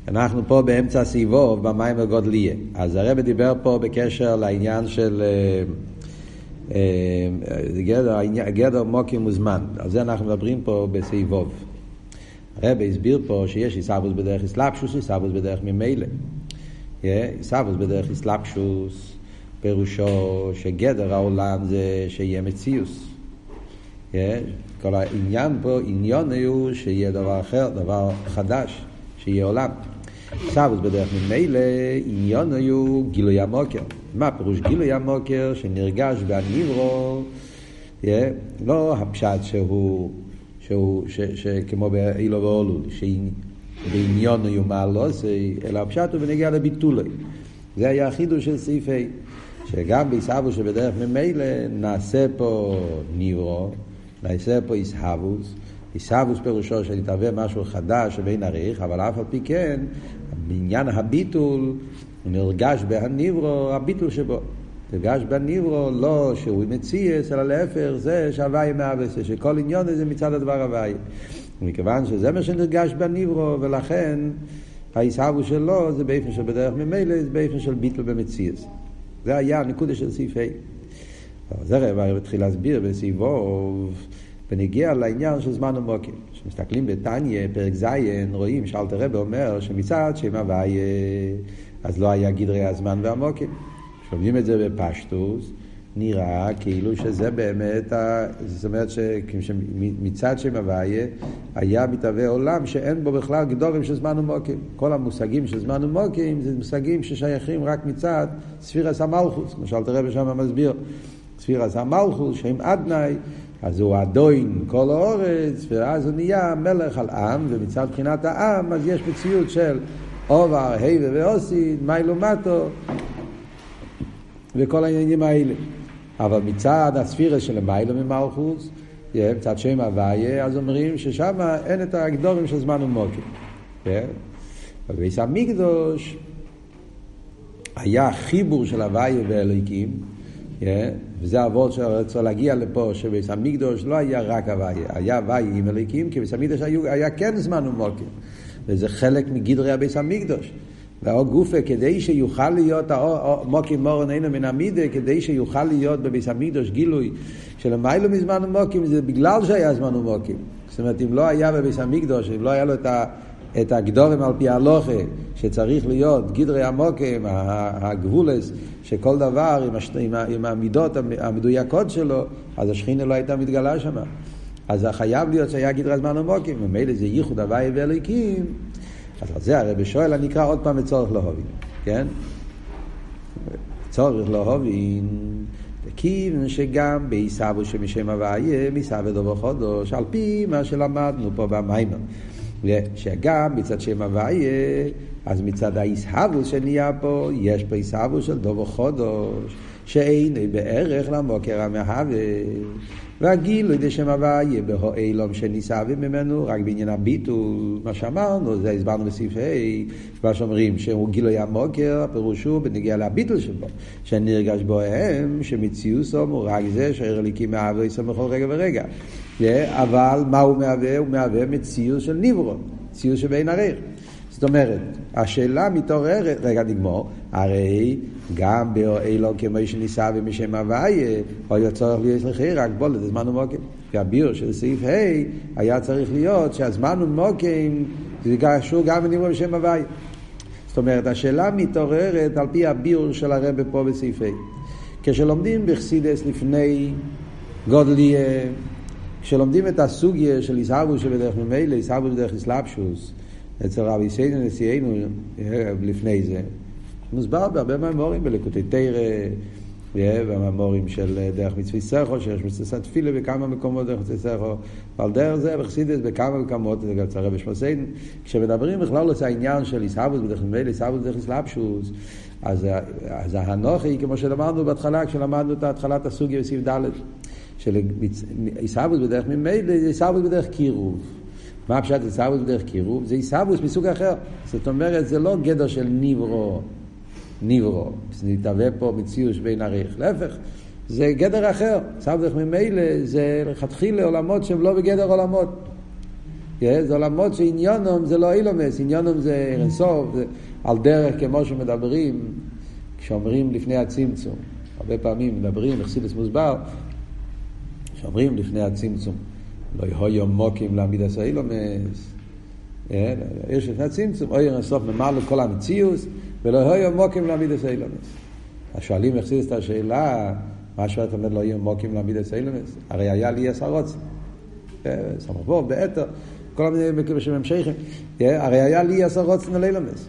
אנחנו פה באמצע סיבוב במים הגודליה. אז הרב דיבר פה בקשר לעניין של גדר מוקים מוזמן. על זה אנחנו מדברים פה בסיבוב. הרב הסביר פה שיש איסאבוס בדרך אסלאפשוס, איסאבוס בדרך ממילא. איסאבוס בדרך אסלאפשוס פירושו שגדר העולם זה שיהיה מציאוס. כל העניין פה, עניון הוא שיהיה דבר אחר, דבר חדש, שיהיה עולם. איסאבוס בדרך ממילא, עניון הוא גילוי המוקר. מה פירוש גילוי המוקר? שנרגש בהניברו, לא הפשט כמו באילו ואולול, שבעניון הוא מעלוס, אלא הפשט הוא ונגיע לביטולי. זה היה החידוש של סעיף ה', שגם באיסאבוס שבדרך ממילא נעשה פה ניברו, נעשה פה איסאבוס. איסאבוס פירושו שנתהווה משהו חדש שבין עריך, אבל אף על פי כן, בעניין הביטול, נרגש בהניברו, הביטול שבו. נרגש בהניברו, לא שהוא מציאס, אלא להפך, זה שהוואי מהווה, שכל עניון זה מצד הדבר הוואי. מכיוון שזה מה שנרגש בהניברו, ולכן האיסאבוס שלו זה באופן של בדרך ממילא, זה באופן של ביטול במציאס. זה היה הנקודה של סעיף ה'. זה הרב התחיל להסביר בסיבוב, ונגיע לעניין של זמן ומוקים. כשמסתכלים בתניה, פרק זין, רואים שאלתר רבי אומר שמצד שם הוויה, אז לא היה גדרי הזמן והמוקים. כשלומדים את זה בפשטוס, נראה כאילו שזה באמת, זאת אומרת שמצד שם הוויה, היה מתהווה עולם שאין בו בכלל גדורים של זמן ומוקים. כל המושגים של זמן ומוקים זה מושגים ששייכים רק מצד ספירס המלכוס, כמו שאלתר רבי שם מסביר. ספירס המלכוס שהם אדני, אז הוא אדוין כל האורץ, ואז הוא נהיה מלך על עם, ומצד בחינת העם, אז יש מציאות של עובר, היבה ועוסיד, מיילו מטו, וכל העניינים האלה. אבל מצד הספירס של מיילו ממלכוס, מצד שם הוויה, אז אומרים ששם אין את הגדורים של זמן ומוקים. בביס המקדוש, היה חיבור של הוויה ואלוהיקים, וזה העבוד שרצה להגיע לפה, שבביס המקדוש לא היה רק הוויה, היה הוויה עם אלוהיקים, כי בביס המקדוש היה כן זמן ומוקים, וזה חלק מגדרי הביס המקדוש. והוא גופה, כדי שיוכל להיות מוקים מורן אינו מן המידה, כדי שיוכל להיות בביס המקדוש גילוי של המיילו מזמן ומוקים, זה בגלל שהיה זמן ומוקים. זאת אומרת, אם לא היה בביס המקדוש, אם לא היה לו את הגדורים על פי ההלוכה, שצריך להיות גדרי המוקים, הגבולס, שכל דבר עם המידות המדויקות שלו, אז השכינה לא הייתה מתגלה שם. אז חייב להיות שהיה גדרי הזמן ומוקים, ומילא זה ייחוד הוויה ואלוהיקים. אז על זה הרב שואל, אני אקרא עוד פעם את צורך להובין, כן? צורך להובין, כיוון שגם באיסאבוס שמשם הוויה, מסעבד ובחודש, על פי מה שלמדנו פה במיימר, שגם מצד שם הוויה, אז מצד האיסאבוס שנהיה פה, יש פה איסאבוס של דובר חודש, שאין בערך למוקר המהווה, והגילוי דשם הוויה בהאילום שניסבים ממנו רק בעניין הביטול, מה שאמרנו, זה הסברנו בסעיף ה', מה שאומרים שהוא גילוי המוקר, פירושו בנגיע לביטול שבו, שנרגש בו הם, שמציאוסו הוא רק זה שהעיר אלוהיקים מהווה יסוד בכל רגע ורגע. אבל מה הוא מהווה? הוא מהווה מציאוס של ניברו, מציאוס שבין עריך. זאת אומרת, השאלה מתעוררת, רגע נגמור, הרי גם באילו כמו שניסה ומשם הוויה, היה צורך להיות לכי רק בו לזמן ומוקים. והביור של סעיף ה' היה צריך להיות שהזמן ומוקים זה קשור גם בניברו בשם הוויה. זאת אומרת, השאלה מתעוררת על פי הביור של הרב פה בסעיף ה'. כשלומדים בחסידס לפני גודליה, כשלומדים את הסוגיה של איסאבוס שבדרך ממילא, איסאבוס בדרך אסלאפשוס, אצל רבי סיינו נשיאנו לפני זה, מוסבר בהרבה מהמורים בליקוטי תורה, והמאמורים של דרך מצווי סכו, שיש מצווי תפילה בכמה מקומות דרך מצווי סכו, ועל דרך זה בחסידס בכמה מקומות, זה גם צריך בשמוסיין, כשמדברים בכלל על העניין של איסאבוס בדרך ממילא, איסאבוס בדרך אסלאפשוס, אז הנוחי, כמו שלמדנו בהתחלה, כשלמדנו את התחלת הסוגיה בסעיף ד' של איסאבוס בדרך ממילא, זה איסאבוס בדרך קירוב. מה הפשט איסאבוס בדרך קירוב? זה איסאבוס מסוג אחר. זאת אומרת, זה לא גדר של ניברו. זה נתהווה פה מציאוס בין עריך. להפך, זה גדר אחר. איסאבוס בדרך ממילא זה לכתחילה עולמות שהם לא בגדר עולמות. זה עולמות שעניונם זה לא אילומס, עניונם זה אינסוף, זה על דרך כמו שמדברים, כשאומרים לפני הצמצום. הרבה פעמים מדברים, בחסידות מוסבר, שאומרים לפני הצמצום, לא יהיו מוקים לעמידס האילומס, יש לפני הצמצום, אוי אינסוף ממלא כל המציאוס, ולא יהיו מוקים לעמידס האילומס. השואלים בחסידות את השאלה, מה שאתה אומר לא יהיו מוקים לעמידס האילומס? הרי היה לי הרוצן. סמכבו, באתר, כל המיני שממשכים, הרי היה לי הרוצן על אילומס.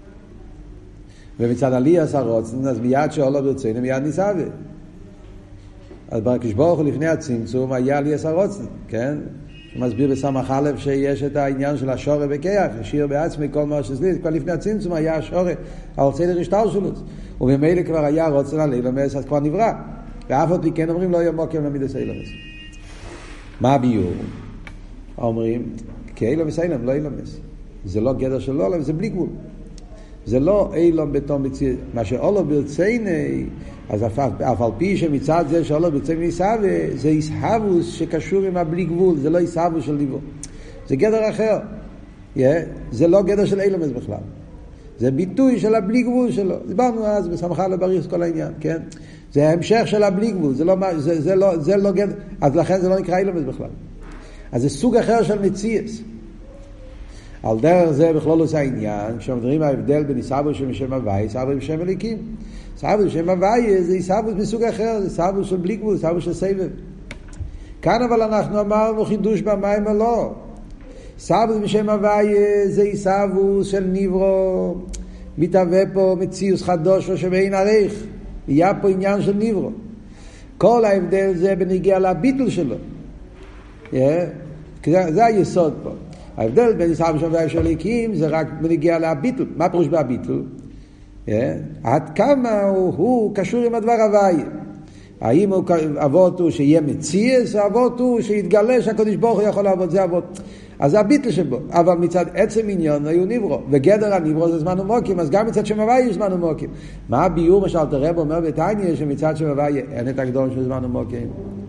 ומצד עלי הרוצן, אז מיד שעולה ברצינו, מיד ניסה. אז כשברוך הוא לפני הצמצום, היה לי הרוצן, כן? שמסביר בסמך א' שיש את העניין של השורא וכיח, השאיר בעצמי כל מה שסליט, כבר לפני הצמצום היה השורא, הרוצן לרשתר שלו. ובמילא כבר היה רוצן על אילומס, אז כבר נברא. ואף עוד כן אומרים לא יהיה מוקים לעמידס האילומס. מה הביור? אומרים, כי אילומס אילום, לא אילומס. זה לא גדר של אילום, זה בלי גבול. זה לא אילום בתום מציאות. מה שאולו ברציני, אז אף על פי שמצד זה שאולו ברציני ניסה, זה ישהבוס שקשור עם הבלי גבול, זה לא ישהבוס של ליבו. זה גדר אחר. זה לא גדר של אילומס בכלל. זה ביטוי של הבלי גבול שלו. דיברנו אז בסמכה לבריך כל העניין, כן? זה ההמשך של הבלי גבול, זה לא גדר, אז לכן זה לא נקרא אילומס בכלל. אז זה סוג אחר של מציאס. על דרך זה בכלול עושה העניין, כשמדברים ההבדל בין איסאבוס של שם הוואי, איסאבוס בשם אליקים. איסאבוס בשם הוואי זה איסאבוס מסוג אחר, זה איסאבוס של בלי גבול, איסאבוס של סבב. כאן אבל אנחנו אמרנו חידוש במים לא. איסאבוס בשם הוואי זה איסאבוס של ניברו, מתהווה פה מציאוס חדוש ושבאין עריך. היה פה עניין של ניברו. כל ההבדל זה בנגיע לביטל שלו. זה היסוד פה. ההבדל בין איסאבוס בשם הוואי של אליקים זה רק בנגיע לביטל. מה פירוש בביטל? עד כמה הוא קשור עם הדבר הוואי. האם אבות הוא שיהיה מציאס, או אבות הוא שיתגלה שהקדוש ברוך הוא יכול לעבוד, זה אבות. אז זה הביטל שבו. אבל מצד עצם עניין היו ניברו. וגדר הניברו זה זמן ומוקים, אז גם מצד שם הוואי יש זמן ומוקים. מה הביור מה שאלתר רב אומר בתניא, שמצד שם הוואי אין את הקדום של זמן ומוקים?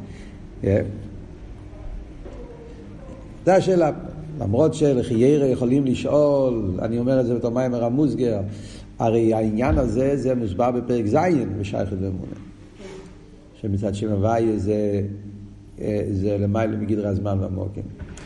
זה השאלה. למרות שלחיירה יכולים לשאול, אני אומר את זה בתור מים הרמוזגר, הרי העניין הזה זה מוסבר בפרק זין בשייכות ואמונה. שמצד שם הוואי זה למעלה מגדר הזמן והמוקים.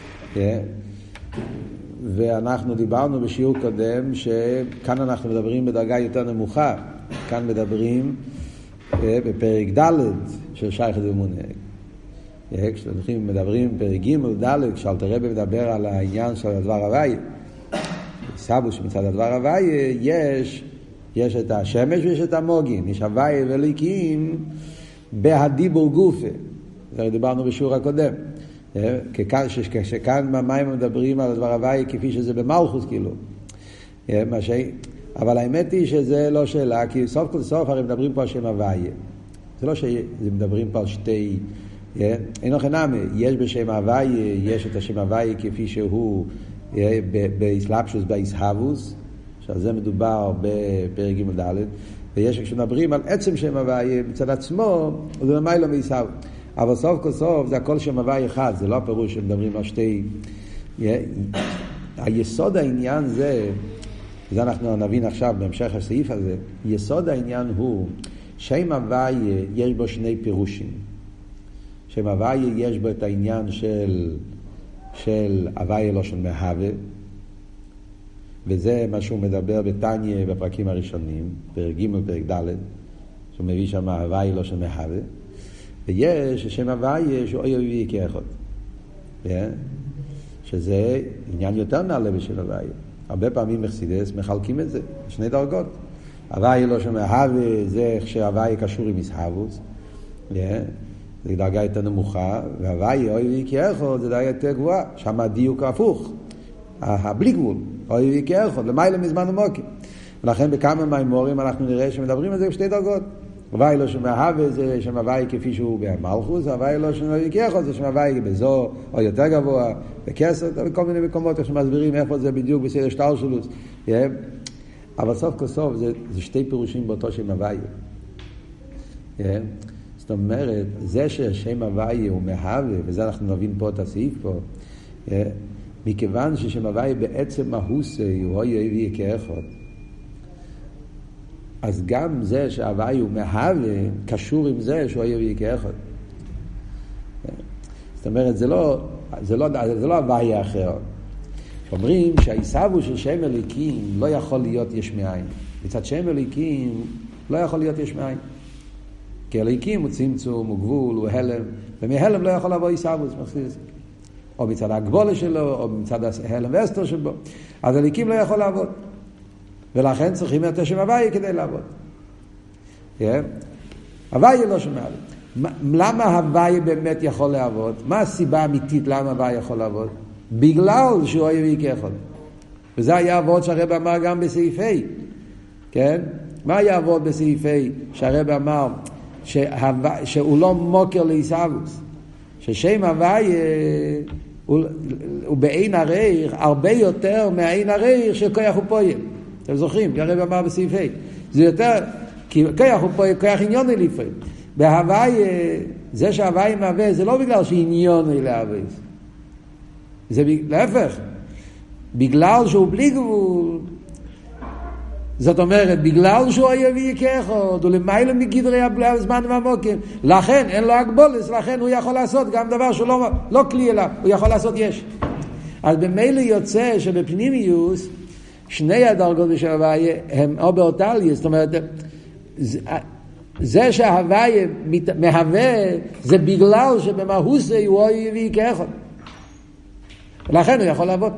ואנחנו דיברנו בשיעור קודם שכאן אנחנו מדברים בדרגה יותר נמוכה. כאן מדברים בפרק ד' של שייכות ואמונה. כשאנחנו מדברים בפרק ג' ד' כשאלתר רבי מדבר על העניין של הדבר הוואי, סבוס שמצד הדבר הוואי יש את השמש ויש את המוגים, יש הוואי ואליקים בהדיבור גופה. זה דיברנו בשיעור הקודם. כשכאן במים מדברים על הדבר הוואי כפי שזה במלכות כאילו. אבל האמת היא שזה לא שאלה, כי סוף כל סוף הרי מדברים פה על שם הוואי. זה לא שמדברים פה על שתי... אין לכם נמי, יש בשם הוואי, יש את השם הוואי כפי שהוא באסלאפשוס, באסהבוס, שעל זה מדובר בפרק ג' ד', ויש כשמדברים על עצם שם הוואי מצד עצמו, זה למעלה מאסהב. אבל סוף כל סוף זה הכל שם הוואי אחד, זה לא הפירוש שמדברים על שתי... היסוד העניין זה אנחנו נבין עכשיו בהמשך הסעיף הזה, יסוד העניין הוא שם הוואי יש בו שני פירושים. שם הוואי יש בו את העניין של הוואי לא של מהווה, וזה מה שהוא מדבר בתניא בפרקים הראשונים, פרק ג' פרק ד', שהוא מביא שם הוואי לא של מהווה, ויש שם הוואי שהוא אוי אוי כאחד, שזה עניין יותר נעלה בשל הוואי. הרבה פעמים בחסידות מחלקים את זה בשני דרגות. הוואי לא של מהווה זה כשהוואי קשור עם מסהבוס, זה דרגה יותר נמוכה, והוואי אוי אוי כאחד זה דרגה יותר גבוהה, שם הדיוק הפוך, הבלי גבול, אוי אוי כאחד, למעלה מזמן ומוקים. ולכן בכמה מהמורים אנחנו נראה שמדברים על זה בשתי דרגות. הוואי לא שם מהווה זה שם הוואי כפי שהוא במלכוס, הוואי לא שם כאחד זה שם הוואי בזו או יותר גבוה, בכסר, בכל מיני מקומות שמסבירים איפה זה בדיוק בסדר שטר שלוס. אבל סוף כל סוף זה שתי פירושים באותו שם הוואי. זאת אומרת, זה ששם הוואי הוא מהווה, וזה אנחנו נבין פה את הסעיף פה, מכיוון ששם הוויה בעצם מהוסי הוא הוי הביא כאחד, אז גם זה שההוויה הוא מהווה קשור עם זה שהוא הוי הביא כאחד. זאת אומרת, זה לא הוויה אחר. אומרים שהעיסבו של שם אליקים לא יכול להיות יש מאין. מצד שם אליקים לא יכול להיות יש מאין. כי אליקים הוא צמצום, הוא גבול, הוא הלם, ומהלם לא יכול לבוא עיסבו, או מצד הגבולה שלו, או מצד ההלם והסתר שבו. אז אליקים לא יכול לעבוד. ולכן צריכים את השם הוויה כדי לעבוד. הוויה לא שומע. למה הוויה באמת יכול לעבוד? מה הסיבה האמיתית למה הוויה יכול לעבוד? בגלל שהוא היה כאחד. וזה היה עבוד שהרב אמר גם בסעיפי. כן? מה היה עבוד בסעיפי שהרב אמר שהוא לא מוקר לעיסאוויס? ששם הוויה הוא בעין הרייך הרבה יותר מהעין הרייך של כוח ופועל. אתם זוכרים? הרב אמר בסעיפי. זה יותר, כי כוח ופועל, כוח עניוני לפעמים. בהוויה, זה שההוויה מהווה, זה לא בגלל שעניוני להווה. זה להפך. בגלל שהוא בלי גבול. זאת אומרת, בגלל שהוא היביא כאחד, ולמעלה מגדרי הזמן והמוקים. לכן, אין לו הגבולת, לכן הוא יכול לעשות גם דבר שהוא לא כלי אליו, הוא יכול לעשות יש. אז במילא יוצא שבפנימיוס, שני הדרגות של ההוויה הם או באותליה, זאת אומרת, זה שההוויה מהווה, זה בגלל שבמהוסי הוא היביא כאחד. ולכן הוא יכול לעבוד.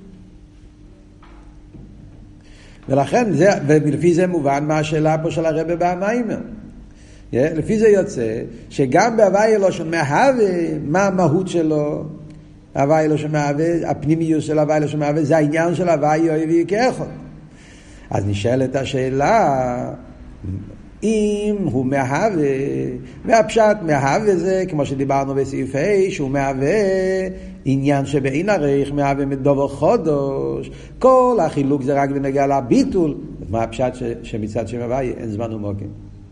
ולכן זה, ולפי זה מובן מה השאלה פה של הרב במיימר. לפי זה יוצא שגם בהוויה לא שמהווה, מה המהות שלו, ההוויה לא שמהווה, הפנימיות של ההוויה לא שמהווה, זה העניין של ההוויה יביא כאחד. אז נשאלת השאלה, אם הוא מהווה, והפשט מהווה זה, כמו שדיברנו בסעיף ה', שהוא מהווה עניין שבעין הרייך מהווה מדובר חודש, כל החילוק זה רק בנגע לביטול. מה הפשט שמצד שם הוויה אין זמן ומוקים?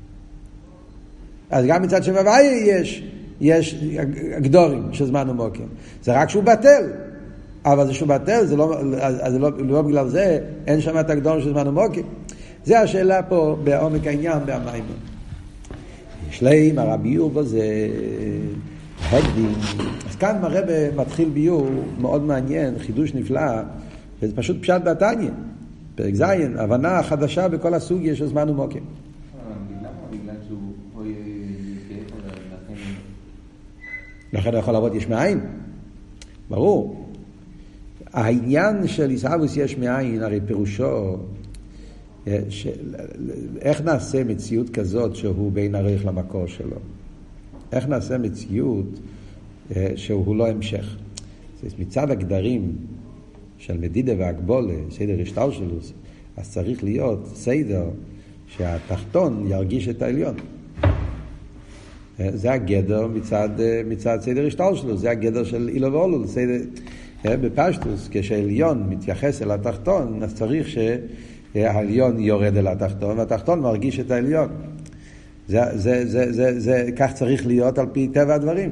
אז גם מצד שם הוויה יש גדורים של זמן ומוקים. זה רק שהוא בטל. אבל זה שהוא בטל, אז לא בגלל זה אין שם את הגדורים של זמן ומוקים. זה השאלה פה בעומק העניין בהמיימר. יש להם הרב ביור בזה הקדים. אז כאן הרב מתחיל ביור מאוד מעניין, חידוש נפלא, וזה פשוט פשט בתניא, פרק ז', הבנה חדשה בכל הסוגיה של זמן ומוקים. בגלל שהוא לכן הוא יכול לעבוד יש מאין, ברור. העניין של עיסאוויס יש מאין, הרי פירושו איך נעשה מציאות כזאת שהוא בין הרייך למקור שלו? איך נעשה מציאות שהוא לא המשך? מצד הגדרים של מדידה והגבולה, סדר השתלשלות, אז צריך להיות סדר שהתחתון ירגיש את העליון. זה הגדר מצד סדר השתלשלות, זה הגדר של אילו ואולו. בפשטוס, כשהעליון מתייחס אל התחתון, אז צריך העליון יורד אל התחתון, והתחתון מרגיש את העליון. כך צריך להיות על פי טבע הדברים.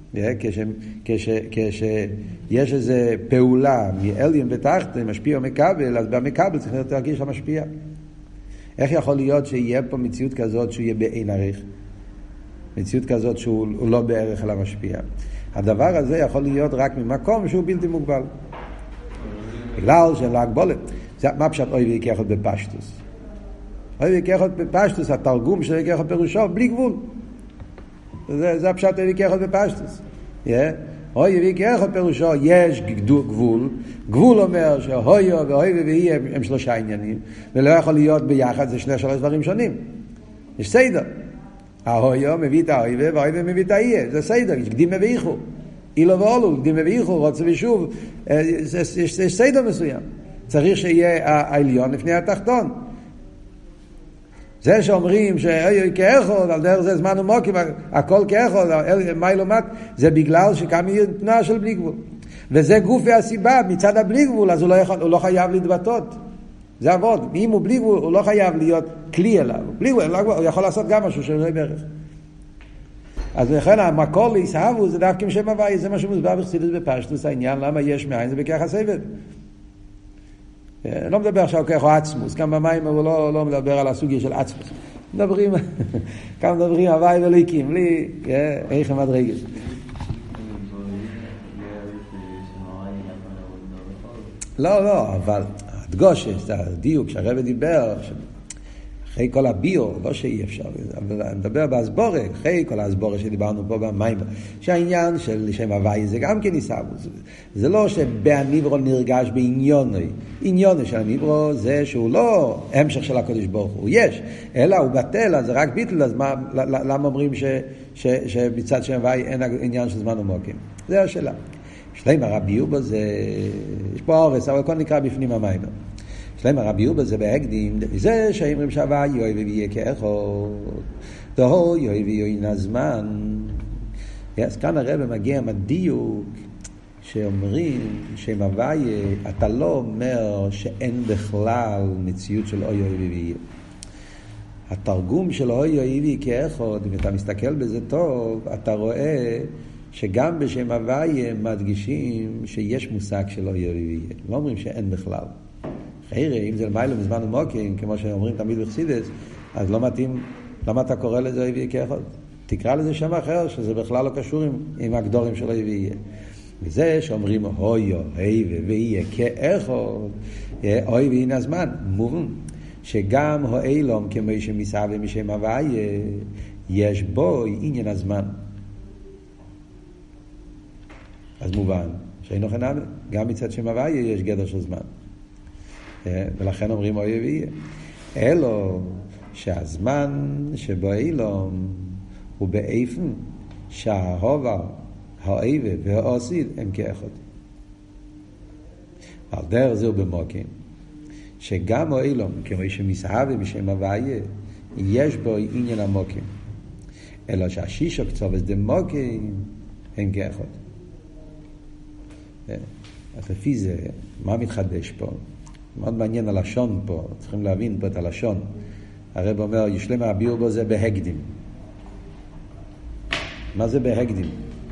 כשיש איזה פעולה מעליון בתחתון, משפיע ומקבל, אז במקבל צריך להרגיש המשפיע. איך יכול להיות שיהיה פה מציאות כזאת שהוא יהיה בעין ערך? מציאות כזאת שהוא לא בערך אלא משפיע. הדבר הזה יכול להיות רק ממקום שהוא בלתי מוגבל. בגלל שאין לו הגבולת. מה פשט אוי ויקחת בפשטוס? אוי ויקחת בפשטוס, התרגום של ויקחת פירושו, בלי גבול. זה הפשט אוי ויקחת בפשטוס. אוי ויקחת פירושו, יש גבול. גבול אומר שהויו ואוי ואי הם שלושה עניינים, ולא יכול להיות ביחד, זה שלוש דברים שונים. יש סדר. ההויו מביא את האוי והאוי מביא את האי. זה סדר, יש קדימה ואיחור. אילו ואולו, קדימה ואיחור, רוצה ושוב. יש סדר מסוים. צריך שיהיה העליון לפני התחתון. זה שאומרים שאוי כאחד, על דרך זה זמן ומוקים, הכל כאחד, מיילומט, זה בגלל שקם יהיה תנועה של בלי גבול. וזה גוף והסיבה, מצד הבלי גבול, אז הוא לא חייב להתבטאות. זה עבוד. אם הוא בלי גבול, הוא לא חייב להיות כלי אליו. בלי גבול, הוא יכול לעשות גם משהו שלא בערך. אז לכן המקור להסהבו זה דווקא שם הוואי, זה מה שמוסבר בחסידות בפשטוס, העניין למה יש מאין זה בכך הסבל. לא מדבר עכשיו ככה עצמוס, כאן במים הוא לא מדבר על הסוגיה של עצמוס. כאן מדברים הוואי וליקים, לי, איך המדרגת. לא, אבל הדגושת, הדיוק שהרבא דיבר, אחרי כל הביו, לא שאי אפשר, אבל נדבר בהסבורה, אחרי כל ההסבורה שדיברנו פה במים, שהעניין של שם הוואי זה גם כן ניסה, זה לא שבהניברו נרגש בעניוני, עניוני של הניברו זה שהוא לא המשך של הקודש ברוך הוא, יש, אלא הוא בטל, אז זה רק ביטל, אז למה אומרים שמצד שם הוואי אין עניין של זמן ומוקים? זה השאלה. שלם הרבי יובה זה, יש פה אורס, אבל הכל נקרא בפנים המים. שלם הרבי יובה זה בהקדים, זה שאומרים שהווה יוי ויהיה כאחד, דהו יוי ויוי נזמן. אז כאן הרב מגיע עם הדיוק שאומרים שם הווה, אתה לא אומר שאין בכלל מציאות של אוי יוי ויהיה. התרגום של אוי יוי ויהיה כאחד, אם אתה מסתכל בזה טוב, אתה רואה שגם בשם הוויה מדגישים שיש מושג של אוי ויהיה. לא אומרים שאין בכלל. חיירי, אם זה למיילו מזמן ומוקים, כמו שאומרים תמיד בחסידות, אז לא מתאים, למה אתה קורא לזה אוי ויהיה כאחד? תקרא לזה שם אחר, שזה בכלל לא קשור עם הגדורים של אוי ויהיה. וזה שאומרים אוי ויהיה כאחד, אוי ויהיה נזמן, מובן, שגם האילום כמו שמסעב משם הוויה, יש בו עניין הזמן. אז מובן שאינו חנמי, גם מצד שם הוויה יש גדר של זמן. ולכן אומרים אוי ויהיה. אלו שהזמן שבו אילום הוא באיפן שההובה, האיבה והעוסיד הם כאחד. על דרך זה הוא במוקים. שגם האילום, כמו שמסהב משם הוויה, יש בו עניין המוקים. אלו שהשישו קצוב את דמוקים הם כאחד. אז לפי זה, מה מתחדש פה? מאוד מעניין הלשון פה, צריכים להבין פה את הלשון. הרב אומר, ישלם הביור בו זה בהקדים. מה זה בהקדים?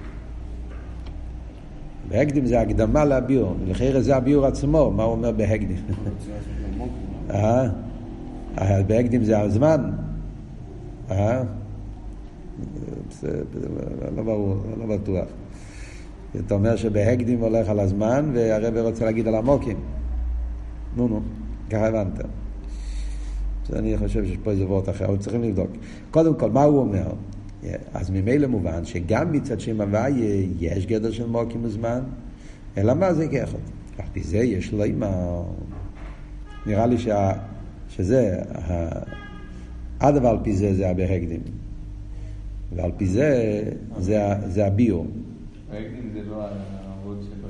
בהקדים זה הקדמה לביור, ולכן זה הביור עצמו, מה הוא אומר בהקדים? בהקדים זה הזמן. לא ברור, לא בטוח. אתה אומר שבהקדים הולך על הזמן, והרב רוצה להגיד על המוקים. נו, ככה הבנת. אני חושב שיש פה איזה וורט אחר, אבל צריכים לבדוק. קודם כל, מה הוא אומר? אז ממילא מובן שגם מצד שם הוויה יש גדר של מוקים וזמן, אלא מה זה כאחד? על פי זה יש לו אימה. נראה לי שזה, עד אבל על פי זה הבהקדים. ועל פי זה הביור. ההקדים זה לא העבוד שלו,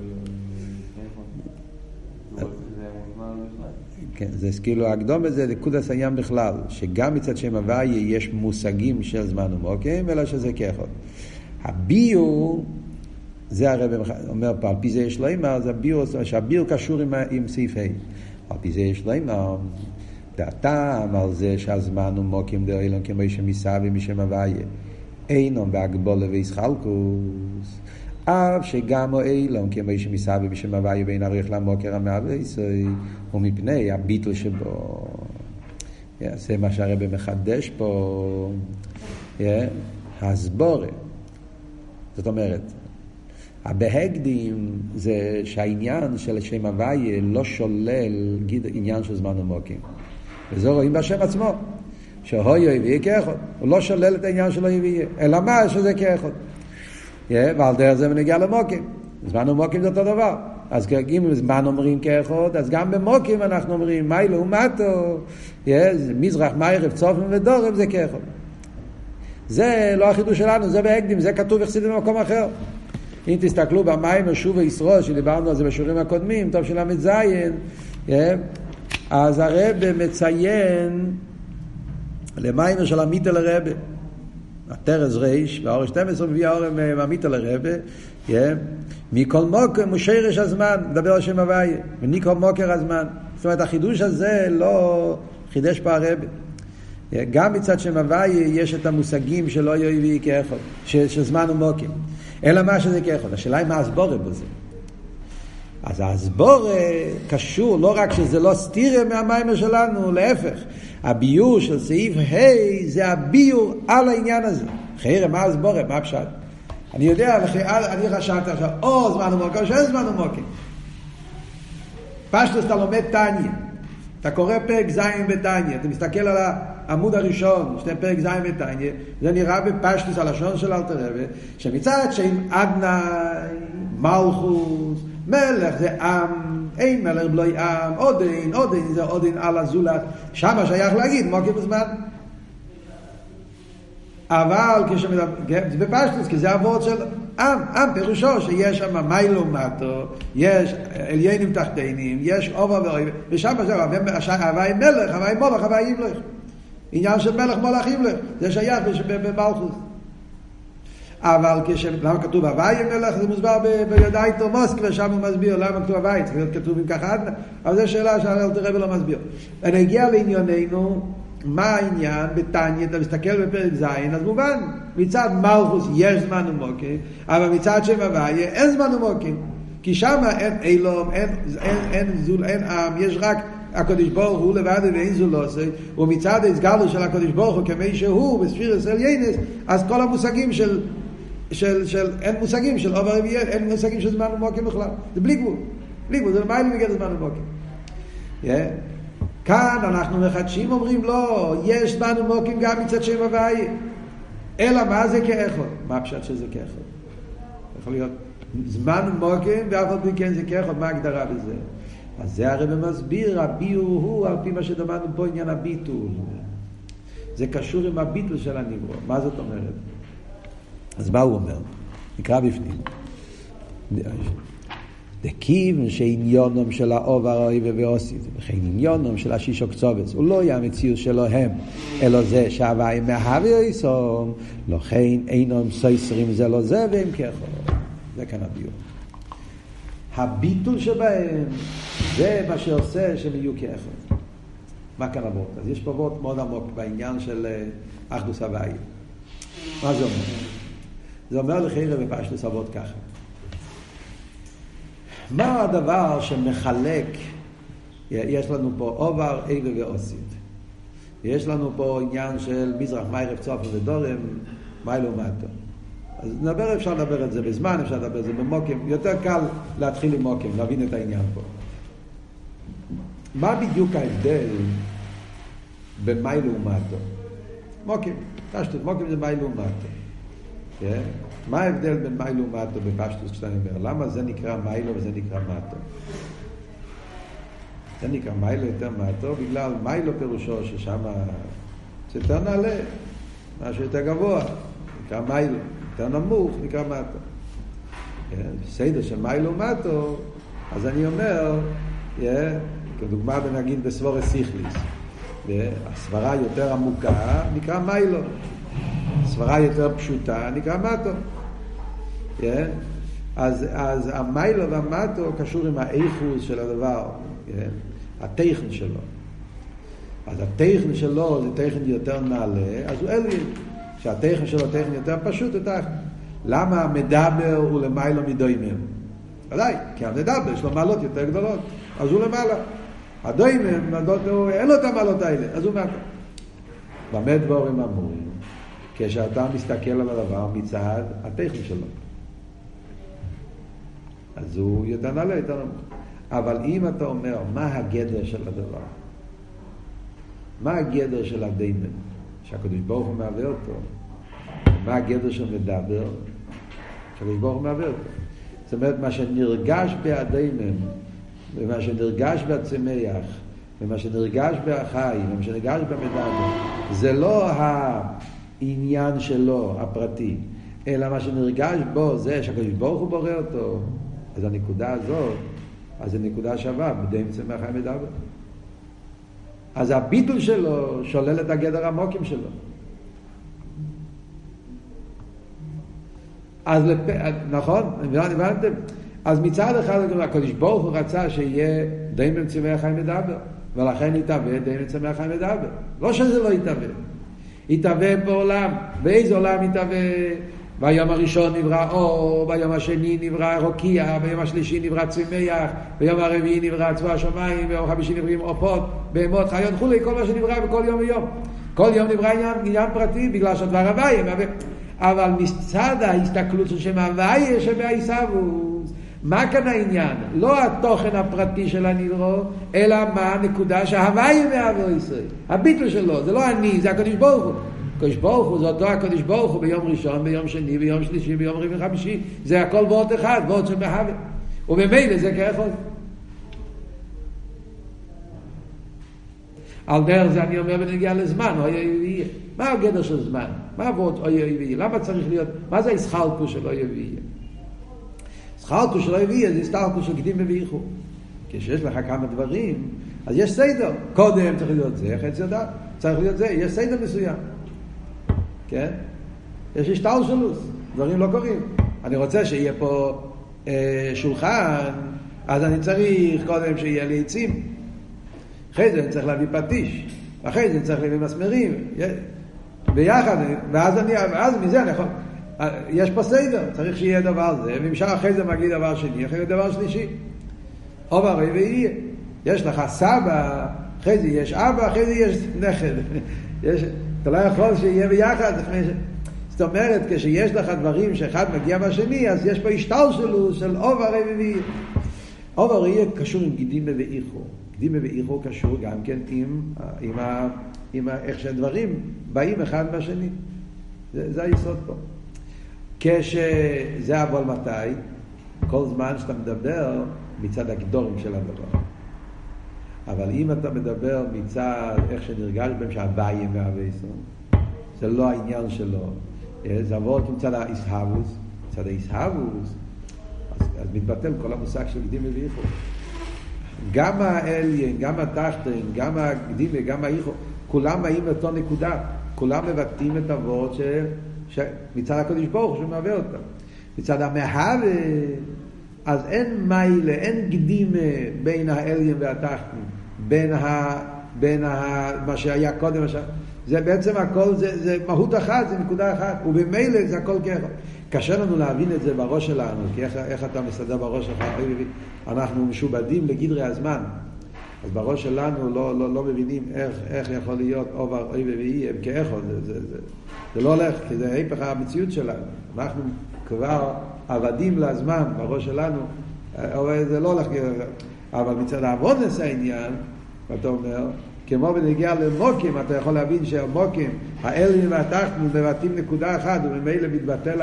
זה מוזמן בכלל. כן, זה כאילו הקדום הזה, נקודת העניין בכלל, שגם מצד שם הוויה יש מושגים של זמן ומוקים, אלא שזה כאחד. הביור, זה הרב אומר פה, על פי זה יש לו אימא, אז שהביור קשור עם סעיף ה'. על פי זה יש לו אימא, והטעם על זה שהזמן ומוקים דאילון כמו שמסעב משם הוויה, אינם בהגבולה וישחלקוס, אף שגם האילום כמו שמסעב בשם הוויה בין עריך למוקר המעבסי, ומפני הביטל שבו. זה מה שהרבא מחדש פה, הסבורה. זאת אומרת, בהקדים זה שהעניין של שם הוויה לא שולל עניין של זמן ומוקים. וזה רואים בשם עצמו. שהוי ויהיה כאחד, הוא לא שולל את העניין שלו ויהיה, אלא מה שזה כאחד. ועל דרך זה מנגיע למוקים. זמן ומוקים זה אותו דבר. אז אם זמן אומרים כאחד, אז גם במוקים אנחנו אומרים, מיילו ומטו, מזרח, מערב, צופן ודורם זה כאחד. זה לא החידוש שלנו, זה בהקדים, זה כתוב יחסיד במקום אחר. אם תסתכלו במים שוב וישרוד, שדיברנו על זה בשיעורים הקודמים, טוב של המזיין, אז הרב מציין למיימר של המיטל הרבה, התרס ריש, והאור 12 מביא האור מהמיטל הרבה, מכל מוקר מושרש הזמן, מדבר על שם הוויה, וניקול מוקר הזמן. זאת אומרת, החידוש הזה לא חידש פה הרבה. גם מצד שם הוויה יש את המושגים שלא יהיו כאחד, שזמן ומוקים. אלא מה שזה כאחד. השאלה היא מה הסבורה בזה. אז הסבורה קשור, לא רק שזה לא סתירה מהמיימר שלנו, להפך. הביור של סעיף ה' זה הביור על העניין הזה. חיירה, מה הסבורה? מה הפשט? אני יודע, אני חשבתי עכשיו, או זמן ומוקים, או שאין זמן ומוקים. פשטוס אתה לומד תניא. אתה קורא פרק זין בתניא, אתה מסתכל על העמוד הראשון, שתי פרק זין בתניא, זה נראה בפשטוס הלשון של אלתר רבי, שמצד שם אדנאי, מלכוס, מלך זה עם, אין מלך בלוי עם, עודין זה עודין על הזולת, שמה שייך להגיד, מוקים בזמן. אבל זה בפשטוס, כי זה עבוד של עם פירושו שיש שם מיילו מטו, יש עליינים תחתינים, יש אובר ואויב, ושם זה הווי מלך, הווי מולך, הווי ימלך. עניין של מלך מולך ימלך, זה שייך במלכות. אבל למה כתוב הווי מלך, זה מוסבר ביודעי תומוסק, ושם הוא מסביר למה כתוב הווי, צריך להיות כתוב עם ככה עדנה, אבל זו שאלה שאלתר רבי לא מסביר. אני אגיע לענייננו, מה העניין בתניא, אתה מסתכל בפרק זין, אז מובן, מצד מלכוס יש זמן ומוקים, אבל מצד שם הוויה אין זמן ומוקים, כי שם אין אילום, אין עם, יש רק הקדוש ברוך הוא לבד ואין זולוסי, ומצד הסגלו של הקדוש ברוך הוא כמי שהוא בספירס עליינס, אז כל המושגים אין מושגים של עובר רביעי, אין מושגים של זמן ומוקים בכלל, זה בלי גבול, זה מיילים מגד זמן ומוקים. כאן אנחנו מחדשים, אומרים לא, יש זמן ומוקים גם מצד שם הוויה. אלא מה זה כאחד? מה הפשט שזה כאחד? יכול להיות זמן ומוקים ואף על פי כן זה כאחד, מה ההגדרה בזה? אז זה הרב מסביר, הביור הוא על פי מה שדמנו פה עניין הביטול. זה קשור עם הביטול של הנברוא. מה זאת אומרת? אז מה הוא אומר? נקרא בפנים. דכיוון שעניונם של העובר האויב ועושית, וכן עניונם של השישו קצובץ, הוא לא יהיה המציאות שלהם, אלא זה שהוואי מהווה איסום, לכן אינם סויסרים זה לא זה, והם כאחד. זה כאן הביור. הביטול שבהם, זה מה שעושה שהם יהיו כאחד. מה כאן עבוד? אז יש פה עבוד מאוד עמוק בעניין של אחדוס הוואי. מה זה אומר? זה אומר לחיירה בפשטוס עבוד ככה. מה הדבר שמחלק? יש לנו פה עובר, עבר ועושית. יש לנו פה עניין של מזרח, מערב, צפון ודורם, מיילו ומטו. אז אפשר לדבר את זה בזמן, אפשר לדבר את זה במוקים. יותר קל להתחיל עם מוקים, להבין את העניין פה. מה בדיוק ההבדל בין מיילו ומטו? מוקים, פשטות, מוקים זה מיילו ומטו. מה ההבדל בין מיילו ומטו בפשטוס כשאתה אומר? למה זה נקרא מיילו וזה נקרא מטו? זה נקרא מיילו יותר מטו בגלל מיילו פירושו ששם זה יותר נעלה, משהו יותר גבוה, נקרא מיילו, יותר נמוך, נקרא מטו. בסדר של מיילו ומטו, אז אני אומר, כדוגמה נגיד בסבורה סיכליס, הסברה יותר עמוקה נקרא מיילו, סברה יותר פשוטה נקרא מטו. אז המיילו והמטו קשור עם האיכות של הדבר, הטכן שלו. אז הטכן שלו זה טכן יותר נעלה, אז הוא אלי, שהטכן שלו טכן יותר פשוט יותר. למה המדבר הוא למיילו מדוימם? ודאי, כי המדבר יש לו מעלות יותר גדולות, אז הוא למעלה. הדוימם, אין לו את המעלות האלה, אז הוא מטו. במה דבורים אמורים? כשאתה מסתכל על הדבר מצד הטכני שלו, אז הוא יותר נעלה, יותר נמוך. אבל אם אתה אומר מה הגדר של הדבר, מה הגדר של הדיימן שהקדוש ברוך הוא מעבר אותו, מה הגדר של מדבר שהקדוש ברוך הוא מעבר אותו, זאת אומרת מה שנרגש בהדיימן ומה שנרגש בצמח ומה שנרגש בחיים ומה שנרגש במדבר, זה לא העניין שלו הפרטי, אלא מה שנרגש בו זה שהקדוש ברוך הוא בורא אותו. אז הנקודה הזאת, אז זו נקודה שווה בדי צמח חיים מדבר. אז הביטול שלו שולל את הגדר המוקים שלו. אז נכון? הבנתם? אז מצד אחד הקדוש ברוך הוא רצה שיהיה די צמח חיים מדבר, ולכן יתהווה דין צמח חי מדבר. לא שזה לא יתהווה. יתהווה בעולם. באיזה עולם יתהווה? ביום הראשון נברא אור, ביום השני נברא רוקיע, ביום השלישי נברא צמח, ביום הרביעי נברא צבא השמיים, ביום החמישי נבראים עופות, בהמות, חיות וכולי, כל מה שנברא בכל יום ויום. כל יום נברא עניין פרטי בגלל שהדבר הוויה. אבל מצד ההסתכלות של שם הוויה שבעיסאוווס, מה כאן העניין? לא התוכן הפרטי של הנברא, אלא מה הנקודה שההוויה מהווה ישראל. הביטול שלו, זה לא אני, זה הקדוש ברוך הוא. הקדוש ברוך הוא זה אותו הקדוש ברוך הוא ביום ראשון, ביום שני, ביום שלישי, ביום רביעי וחמישי. זה הכל באות אחד, באות של מהווה. ובמילא זה כאחד. על דרך זה אני אומר בנגיע לזמן, אוי ויהיה. מה הגדר של זמן? מה עבוד אוי ויהיה? למה צריך להיות? מה זה הסחלקו של אוי ויהיה? הסחלקו של אוי ויהיה זה הסחלקו של קדימה ואיחור. כשיש לך כמה דברים, אז יש סדר. קודם צריך להיות זה, חצי דעת. צריך להיות זה, יש סדר מסוים. כן? יש השתל שלוס, דברים לא קורים. אני רוצה שיהיה פה שולחן, אז אני צריך קודם שיהיה לי עצים. אחרי זה אני צריך להביא פטיש, אחרי זה אני צריך להביא מסמרים, ביחד, ואז מזה אני יכול, יש פה סדר, צריך שיהיה דבר זה, ומשך אחרי זה מגיע דבר שני, אחרי זה דבר שלישי. עובר ויהיה, יש לך סבא, אחרי זה יש אבא, אחרי זה יש נכד. אתה לא יכול שיהיה ביחד. זאת אומרת, כשיש לך דברים שאחד מגיע מהשני, אז יש פה השתל שלו, של עובר ויהיה. עובר ויהיה קשור עם קדימה ואיחור. קדימה ואיחור קשור גם כן עם איך שהדברים באים אחד מהשני. זה היסוד פה. כשזה אבל מתי, כל זמן שאתה מדבר מצד הגדורים של הדבר. אבל אם אתה מדבר מצד איך שנרגש בהם שהבאי מהווה ישראל, זה לא העניין שלו. זה עבוד מצד האיסהבוס. מצד האיסהבוס, אז מתבטל כל המושג של קדימה ואיחור. גם האליין, גם התחתן, גם הקדימה, גם האיחור, כולם באים לאותו נקודה. כולם מבטאים את העבוד מצד הקדוש ברוך הוא שמהווה אותם. מצד המהווה, אז אין מיילה, אין קדימה בין האליין והתחתן, בין מה שהיה קודם. זה בעצם הכל, זה מהות אחת, זה נקודה אחת, ובמילא זה הכל כאחד. קשה לנו להבין את זה בראש שלנו, כי איך אתה מסתדר בראש שלך, אנחנו משובדים לגדרי הזמן, אז בראש שלנו לא מבינים איך יכול להיות עובר אוי ואי הם כאחד. זה לא הולך, כי זה היפך המציאות שלנו. אנחנו כבר עבדים לזמן בראש שלנו, אבל זה לא הולך. אבל מצד העבודנס העניין, אתה אומר, כמו בנגיע למוקים, אתה יכול להבין שהמוקים, האלים והתחתן, מבטאים נקודה אחת, וממילא מתבטל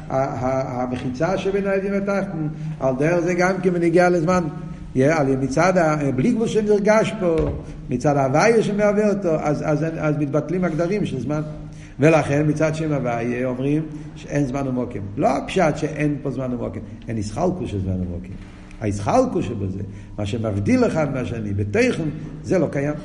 המחיצה שבין האלים והתחתן. על דרך זה גם כבנגיע לזמן, מצד בלי גבול שנרגש פה, מצד ההוויה שמהווה אותו, אז מתבטלים הגדרים של זמן. ולכן מצד שם ההוויה אומרים שאין זמן ומוקים. לא פשט שאין פה זמן ומוקים, אין ישחלקו של זמן ומוקים. הישחלקו שבזה, מה שמבדיל אחד מהשני בתכן, זה לא קיים.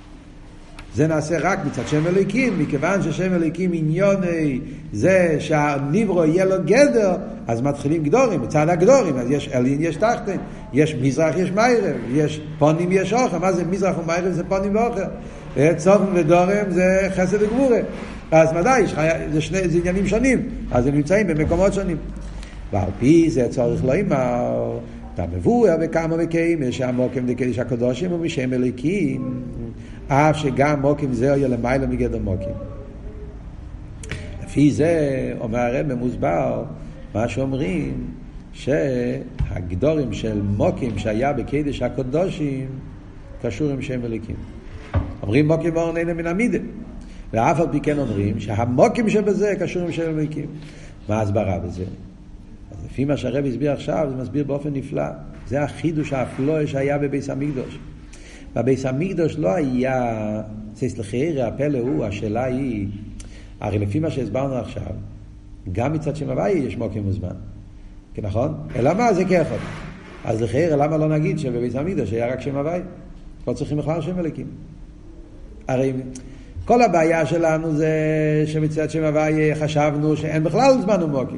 זה נעשה רק מצד שם אלוהיקים, מכיוון ששם אלוהיקים עניוני זה שהנברו יהיה לו גדר, אז מתחילים גדורים, מצד הגדורים, אז יש אלין, יש תחתן, יש מזרח, יש מיירב, יש פונים, יש אוכל. מה זה מזרח ומיירב? זה פונים ואוכל. צופן ודורם זה חסד וגבורה. אז ודאי, זה עניינים שונים, אז הם נמצאים במקומות שונים. ועל פי זה צריך לא אמר, אתה מבואר וכמה וכמה, שהמוקים דקדיש הקדושים ומשם אלוהיקים, אף שגם מוקים זה יהיה למעלה מגדר מוקים. לפי זה אומר הרב מוסבר מה שאומרים שהגדורים של מוקים שהיה בקדיש הקדושים קשור עם שם אלוהיקים. אומרים מוקים ואורן אינם מן המידה, ואף על פי כן אומרים שהמוקים שבזה קשור עם שם אלוהיקים. מה ההסברה בזה? אז לפי מה שהרב הסביר עכשיו, זה מסביר באופן נפלא. זה החידוש האפלואי שהיה בבית המקדוש. בבית המקדוש לא היה, סליחה, הפלא הוא, השאלה היא, הרי לפי מה שהסברנו עכשיו, גם מצד שם הוויה יש מוקים וזמן. כן, נכון? אלא מה? זה כאחד. אז לכאורה, למה לא נגיד שבבית המקדוש היה רק שם הוויה? לא צריכים בכלל שם אלוהיקים. הרי כל הבעיה שלנו זה שמצד שם הוויה חשבנו שאין בכלל זמן ומוקים.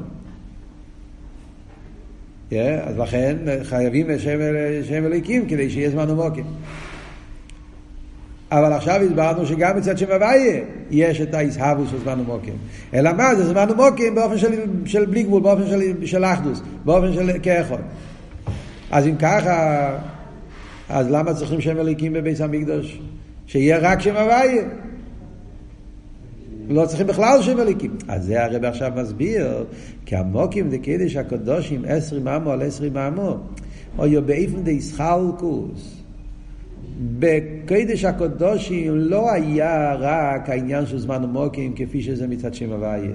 אז לכן חייבים שם אלוהיקים כדי שיהיה זמן ומוקים. אבל עכשיו הסברנו שגם מצד שם הוויה יש את ההסהבוס של זמן ומוקים. אלא מה? זה זמן ומוקים באופן של בלי גבול, באופן של אחדוס, באופן של כאחד. אז אם ככה, אז למה צריכים שם אליקים בבית המקדוש? שיהיה רק שם הוויה. לא צריכים בכלל שם אליקים. אז זה הרב עכשיו מסביר, כי המוקים זה קידש הקדושים 10 אמו על 10 אמו. או באופן די סחלקוס. בקדש הקדושים לא היה רק העניין של זמן ומוקים כפי שזה מצד שם הוויה.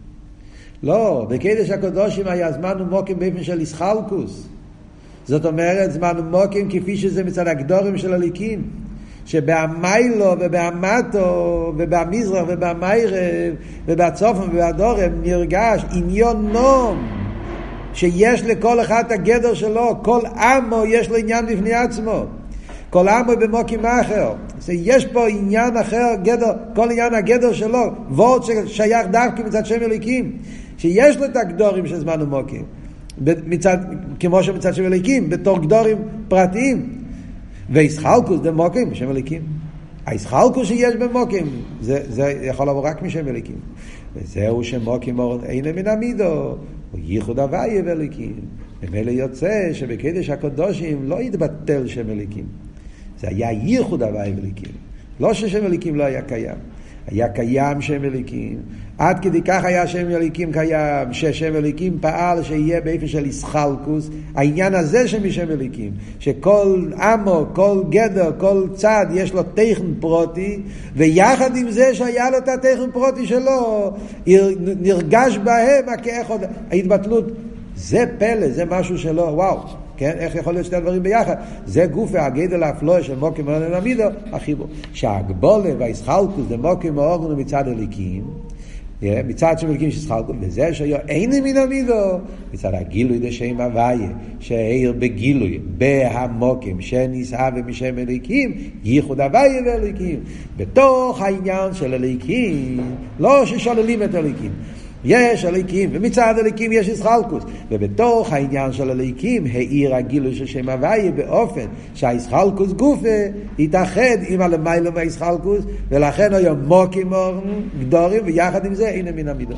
לא, בקדש הקדושים היה זמן ומוקים באופן של סחלקוס. זאת אומרת זמן ומוקים כפי שזה מצד הגדורים של הליקים. שבהמיילו ובהמטו ובמזרח ובמיירב ובצופן ובדורם נרגש עניון נום שיש לכל אחד את הגדר שלו. כל עמו יש לו עניין בפני עצמו, כל עמו במוקים אחר. יש פה עניין אחר, גדר, כל עניין הגדר שלו, וורט ששייך דווקא מצד שם אליקים, שיש לו את הגדורים של זמן ומוקים מצד, כמו שמצד שם אליקים בתור גדורים פרטיים. והישחלקוס זה מוקים בשם אליקים. הישחלקוס שיש במוקים זה יכול לבוא רק משם אליקים. וזהו שמוקים אין מן המידו הוא ייחוד הוויה ואליקים. ומילא יוצא שבקדש הקדושים לא יתבטל שם אליקים, זה היה ייחוד הוויה ואליקים. לא ששם אליקים לא היה קיים, היה קיים שם אליקים. עד כדי כך היה שם אליקים קיים, ששם אליקים פעל שיהיה באופן של ישחלקוס. העניין הזה שמשם אליקים, שכל עמו, כל גדר, כל צד יש לו תכן פרוטי, ויחד עם זה שהיה לו את התכן פרוטי שלו נרגש בהם הכאחד. ההתבטלות זה פלא, זה משהו שלו, וואו, כן? איך יכול להיות שתי הדברים ביחד? זה גוף והגדל האפלואה של מוקים מאורנו למידו, החיבור. שהגבולה והישחלקוס זה מוקים מאורנו מצד אליקים, מצד שם אליקים ששחלקוס, וזה שהיה אין מן המידו, מצד הגילוי דשם הוויה, שהעיר בגילוי, בהמוקים, שנסהב משם אליקים, ייחוד הוויה ואליקים. בתוך העניין של אליקים, לא ששוללים את אליקים, יש אליקים, ומצד אליקים יש ישחלקוס, ובתוך העניין של אליקים העיר הגילוי של שם הוויה באופן שהישחלקוס גופה יתאחד עם הלמיילו מהישחלקוס, ולכן היום מוקים גדורים, ויחד עם זה אין מן המידו.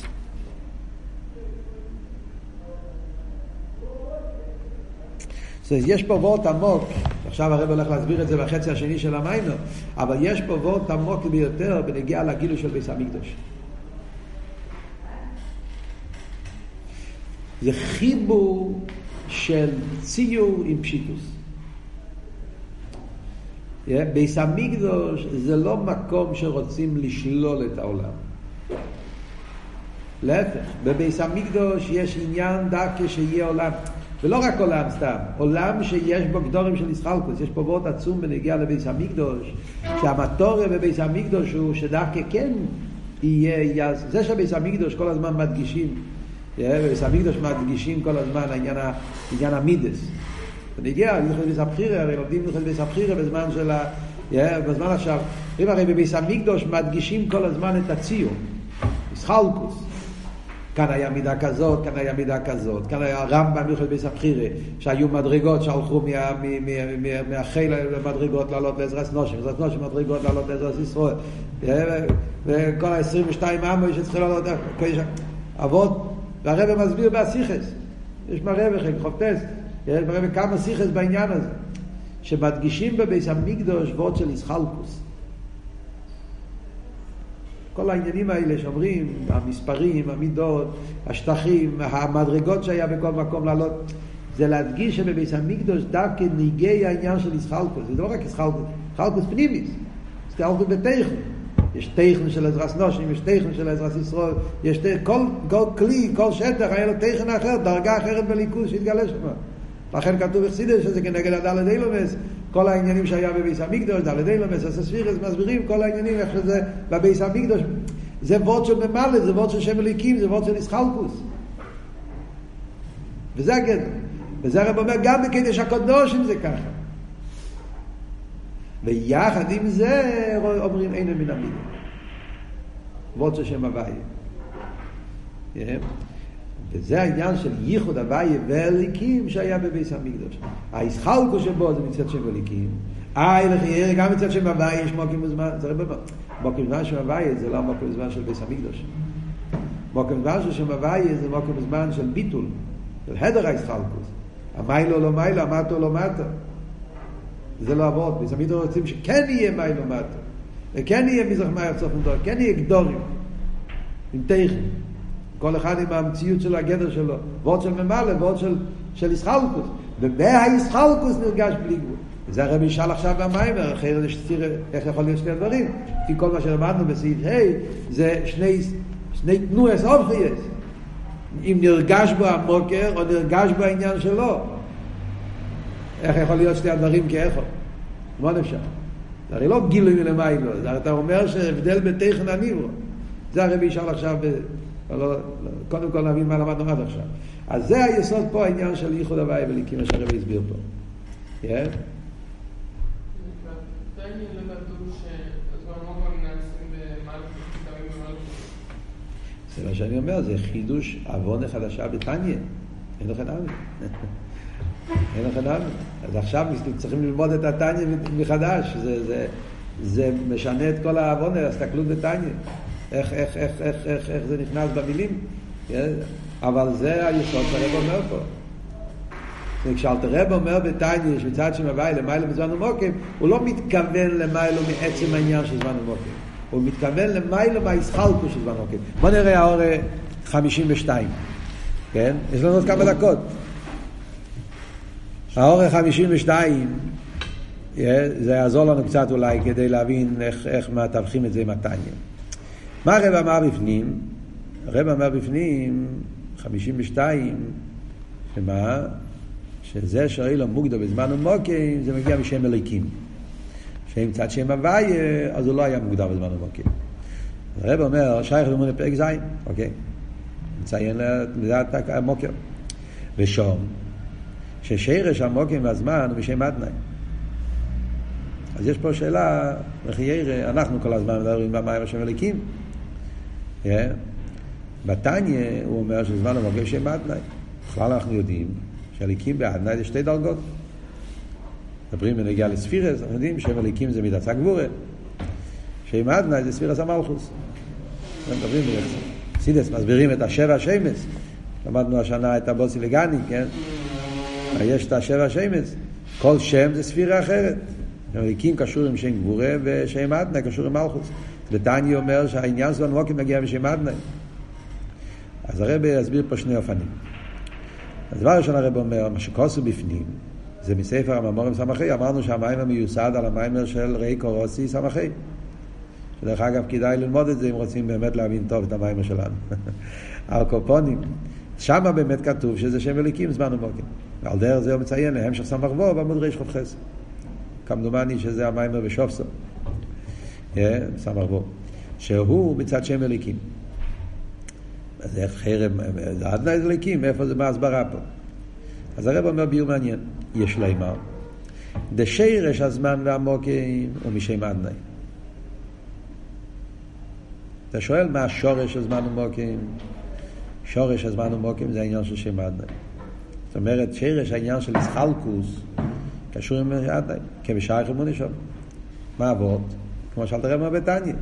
יש פה וורט עמוק, עכשיו הרב הולך להסביר את זה בחצי השני של המיימר, אבל יש פה וורט עמוק ביותר בנגיעה לגילוי של בית המקדש. זה חיבור של ציור עם פשיטוס. בית המקדש זה לא מקום שרוצים לשלול את העולם. להפך, בבית המקדש יש עניין דווקא שיהיה עולם, ולא רק עולם סתם, עולם שיש בו גדורים של ישחלקוס. יש פה וורט עצום בנגיעה לבית המקדש, שהמטורה בבית המקדש הוא שדווקא כן יהיה, זה שבית המקדש כל הזמן מדגישים, בבית המקדש מדגישים כל הזמן העניין המידס. ונגיע, בית הבחירה, הרי לומדים בית הבחירה בזמן של בזמן עכשיו, הרי בבית המקדש מדגישים כל הזמן את הציור, ישחלקוס. כאן היה מידה כזאת, כאן היה מידה כזאת, כאן היה רמב"ם מיוחד בית הבחירה, שהיו מדרגות שהלכו מהחיל למדרגות לעלות לעזרת נושים, עזרת נושים מדרגות לעלות לעזרת ישראל, וכל ה-22 עמו שצריכים לעלות, אבות, והרבא מסביר בהסיכס, יש מרבא חופטס, יש מרבא כמה סיכס בעניין הזה, שמדגישים בבית המקדש וורט של ישחלקוס. כל העניינים האלה שאומרים, המספרים, המידות, השטחים, המדרגות שהיה בכל מקום לעלות, זה להדגיש שבבית המקדש דווקא ניגי העניין של ישחלקוס. זה לא רק ישחלקוס, ישחלקוס פנימיס, ישחלקוס בתכן. יש תכן של עזרת נושים, יש תכן של עזרת ישראל, יש כל כלי, כל שטח היה לו תכן אחר, דרגה אחרת בליכוז שהתגלה שם. לכן כתוב בחסידות שזה כנגד הדלת אילומס, כל העניינים שהיה בבית המקדש, דלת אילומס, הספירס, מסבירים כל העניינים איך שזה בבית המקדש. זה וורט של ממלא, זה וורט של שם אליקים, זה וורט של ישחלקוס. וזה הגדר. וזה הרב אומר גם בקדש הקדושים זה ככה. ויחד עם זה אומרים אין מן המידו. וורט של שם הוויה. וזה העניין של ייחוד הוויה ואליקים שהיה בבית המקדש. הישחלקוס שבו זה מצד שם אליקים, לחיירה, גם מצד שם הוויה יש מוקים בזמן, זה הרבה מוקים בזמן שם הוויה, זה לא מוקים בזמן של ביס המקדוש. מוקים בזמן של שם הוויה זה מוקים בזמן של ביטול, של הדר הישחלקוס. המיילו לא מיילו, המטו לא מטו. זה לא עבוד, ביס המקדוש רוצים שכן יהיה מיילו מטו, וכן יהיה מזרח מאיר צוף נדור, כן יהיה גדורים, עם תכן. כל אחד עם המציאות של הגדר שלו, ועוד של ממלא, ועוד של ישחלקוס. ובהישחלקוס נרגש בלי גבול. וזה הרבי ישאל עכשיו במיימר, אחרי איך יכול להיות שני הדברים. לפי כל מה שלמדנו בסעיף ה' זה שני תנועס אופחייס. אם נרגש בו המוקר או נרגש בו העניין שלו. איך יכול להיות שני הדברים כאחד? מה נפשע? זה הרי לא גילוי מלמיילו, זה אתה אומר שהבדל בתכן הניברו. זה הרבי ישאל עכשיו, קודם כל נבין מה למדנו עד עכשיו. אז זה היסוד פה, העניין של ייחוד הוויה וליקים, מה שהרבי הסביר פה. כן? זה מה שאני אומר, זה חידוש עוונה חדשה בתניא. אין לכם אמן. אין לכם אמן. אז עכשיו צריכים ללמוד את התניא מחדש. זה משנה את כל העוונה, הסתכלות בתניא. איך זה נכנס במילים. אבל זה היסוד שהרב אומר פה. כשאלתר רב אומר בתניא שמצד שם הוויה למיילו בזמן ומוקים, הוא לא מתכוון למיילו מעצם העניין של זמן ומוקים. הוא מתכוון למיילו מהישחלקוס של זמן ומוקים. בוא נראה האור 52. כן? יש לנו עוד כמה דקות. האור 52, זה יעזור לנו קצת אולי כדי להבין איך מתווכים את זה עם התניא. מה הרב אמר בפנים? הרב אמר בפנים 52, שמה? שזה שאילו מוגדר בזמן ומוקים, זה מגיע משם אליקים. שאם צד שם הוויה, אז הוא לא היה מוגדר בזמן ומוקים. הרב אומר, שייך לאמונה פרק זין, אוקיי. מציין לדעת המוקר. ושום, ששרש המוקים והזמן הוא בשם אדני. אז יש פה שאלה, לחיירה, אנחנו כל הזמן מדברים במים השם אליקים. בתניא הוא אומר שזמן המוקים שם אדני. בכלל אנחנו יודעים שהליקים באדני זה שתי דרגות. מדברים בנגיעה לספירס, אנחנו יודעים שם הליקים זה מידת הגבורה. שם אדני זה ספירס המלכוס. מדברים סידס, מסבירים את השבע שמס. למדנו השנה את הבוסי לגני, כן? יש את השבע שמס. כל שם זה ספירה אחרת. הליקים קשור עם שם גבורה ושם אדני קשור עם מלכוס. בתניא אומר שהעניין של המוקים מגיע משם אדני. אז הרב יסביר פה שני אופנים. הדבר הראשון הרב אומר, מה שכוסו בפנים, זה מספר המאמרים סמכי, אמרנו שהמיימר מיוסד על המיימר של ראי קורוסי סמכי. שדרך אגב כדאי ללמוד את זה אם רוצים באמת להבין טוב את המיימר שלנו. הקופונים, שם באמת כתוב שזה שם אליקים זמן ומוקים. ועל דרך זה הוא מציין להמשך סמך בו בעמוד ריש חוב חסד. כמדומני שזה המיימר בשופסו. סמך בו. שהוא מצד שם אליקים. אז איך חרם, זה עדנה אליקים, איפה זה, מה הסברה פה? אז הרב אומר ביור מעניין, יש לומר, דשרש הזמן והמוקים הוא משם עדנה. אתה שואל מה שורש הזמן ומוקים? שורש הזמן ומוקים זה העניין של שם עדנה. זאת אומרת, שרש העניין של ישחלקוס קשור עם עדנה, כבשייך אמוני שם. מה עבוד? כמו שאלת הרב אומר בתניא.